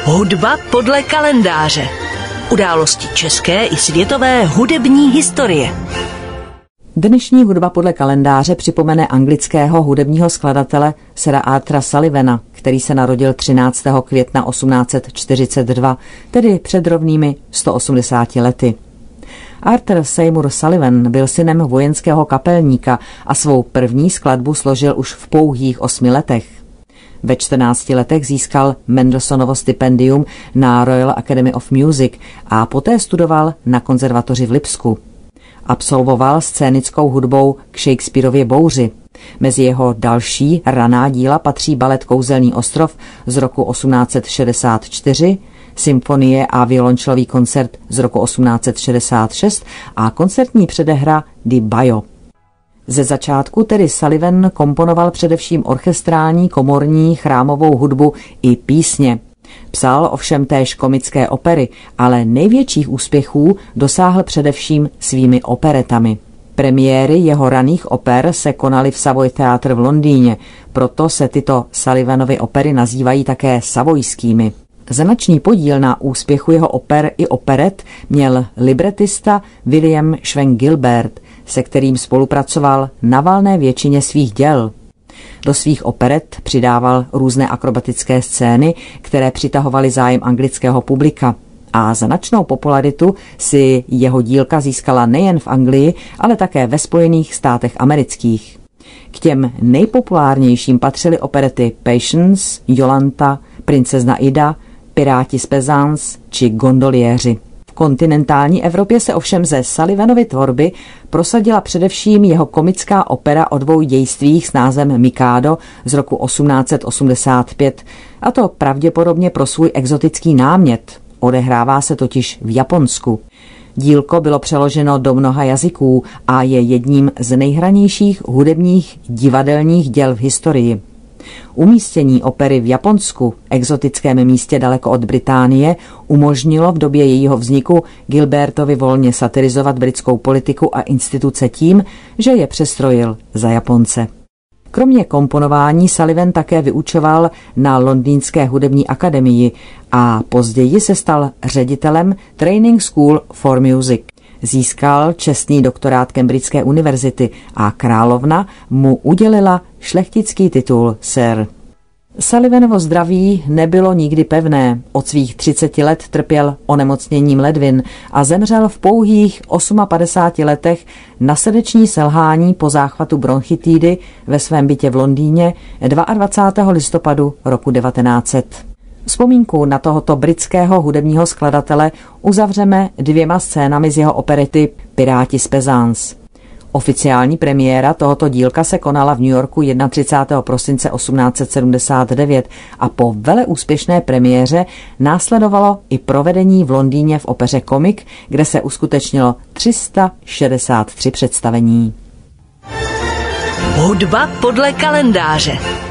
Hudba podle kalendáře. Události české i světové hudební historie. Dnešní hudba podle kalendáře připomene anglického hudebního skladatele Sira Artura Sullivana, který se narodil 13. května 1842, tedy před rovnými 180 lety. Arthur Seymour Sullivan byl synem vojenského kapelníka a svou první skladbu složil už v pouhých 8 letech. Ve 14 letech získal Mendelssohnovo stipendium na Royal Academy of Music a poté studoval na konzervatoři v Lipsku. Absolvoval scénickou hudbou k Shakespearově Bouři. Mezi jeho další raná díla patří balet Kouzelný ostrov z roku 1864, symfonie a violončelový koncert z roku 1866 a koncertní předehra Di Baio. Ze začátku tedy Sullivan komponoval především orchestrální, komorní, chrámovou hudbu i písně. Psal ovšem též komické opery, ale největších úspěchů dosáhl především svými operetami. Premiéry jeho raných oper se konaly v Savoy Theatre v Londýně, proto se tyto Sullivanovy opery nazývají také savojskými. Značný podíl na úspěchu jeho oper i operet měl libretista William Schwenk Gilbert, se kterým spolupracoval na valné většině svých děl. Do svých operet přidával různé akrobatické scény, které přitahovaly zájem anglického publika. A značnou popularitu si jeho dílka získala nejen v Anglii, ale také ve Spojených státech amerických. K těm nejpopulárnějším patřily operety Patience, Jolanta, Princezna Ida, Piráti z Penzance či Gondoliéři. V kontinentální Evropě se ovšem ze Sullivanovy tvorby prosadila především jeho komická opera o 2 dějstvích s názvem Mikado z roku 1885, a to pravděpodobně pro svůj exotický námět. Odehrává se totiž v Japonsku. Dílko bylo přeloženo do mnoha jazyků a je jedním z nejhranějších hudebních divadelních děl v historii. Umístění opery v Japonsku, exotickém místě daleko od Británie, umožnilo v době jejího vzniku Gilbertovi volně satirizovat britskou politiku a instituce tím, že je přestrojil za Japonce. Kromě komponování Sullivan také vyučoval na Londýnské hudební akademii a později se stal ředitelem Training School for Music. Získal čestný doktorát Cambridgeské univerzity a královna mu udělila šlechtický titul Sir. Sullivanovo zdraví nebylo nikdy pevné. Od svých 30 let trpěl onemocněním ledvin a zemřel v pouhých 58 letech na srdeční selhání po záchvatu bronchitidy ve svém bytě v Londýně 22. listopadu roku 1900. Vzpomínku na tohoto britského hudebního skladatele uzavřeme 2 scénami z jeho operety Piráti z Penzance. Oficiální premiéra tohoto dílka se konala v New Yorku 31. prosince 1879 a po veleúspěšné premiéře následovalo i provedení v Londýně v opeře Komik, kde se uskutečnilo 363 představení. Hudba podle kalendáře.